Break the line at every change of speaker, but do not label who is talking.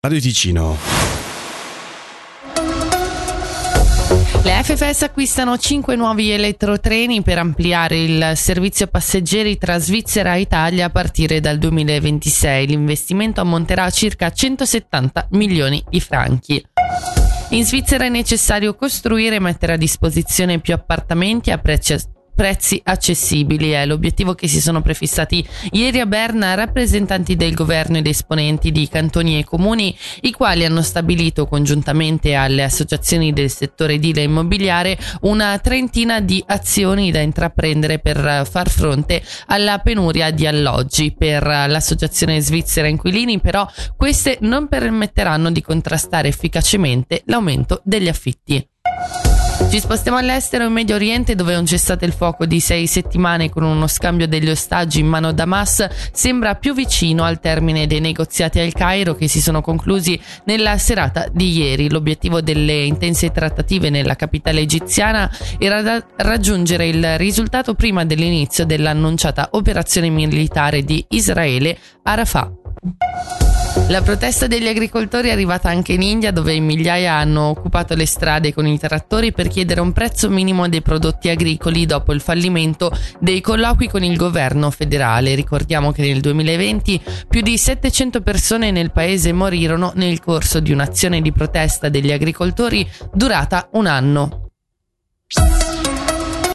Radio Ticino.
Le FFS acquistano 5 nuovi elettrotreni per ampliare il servizio passeggeri tra Svizzera e Italia a partire dal 2026. L'investimento ammonterà a circa 170 milioni di franchi. In Svizzera è necessario costruire e mettere a disposizione più appartamenti a prezzi accessibili. È l'obiettivo che si sono prefissati ieri a Berna rappresentanti del governo ed esponenti di cantoni e comuni, i quali hanno stabilito congiuntamente alle associazioni del settore edile e immobiliare una trentina di azioni da intraprendere per far fronte alla penuria di alloggi. Per l'associazione svizzera inquilini però queste non permetteranno di contrastare efficacemente l'aumento degli affitti. Ci spostiamo all'estero, in Medio Oriente, dove un cessate il fuoco di 6 settimane con uno scambio degli ostaggi in mano ad Hamas sembra più vicino al termine dei negoziati al Cairo, che si sono conclusi nella serata di ieri. L'obiettivo delle intense trattative nella capitale egiziana era raggiungere il risultato prima dell'inizio dell'annunciata operazione militare di Israele a Rafah. La protesta degli agricoltori è arrivata anche in India, dove migliaia hanno occupato le strade con i trattori per chiedere un prezzo minimo dei prodotti agricoli dopo il fallimento dei colloqui con il governo federale. Ricordiamo che nel 2020 più di 700 persone nel paese morirono nel corso di un'azione di protesta degli agricoltori durata un anno.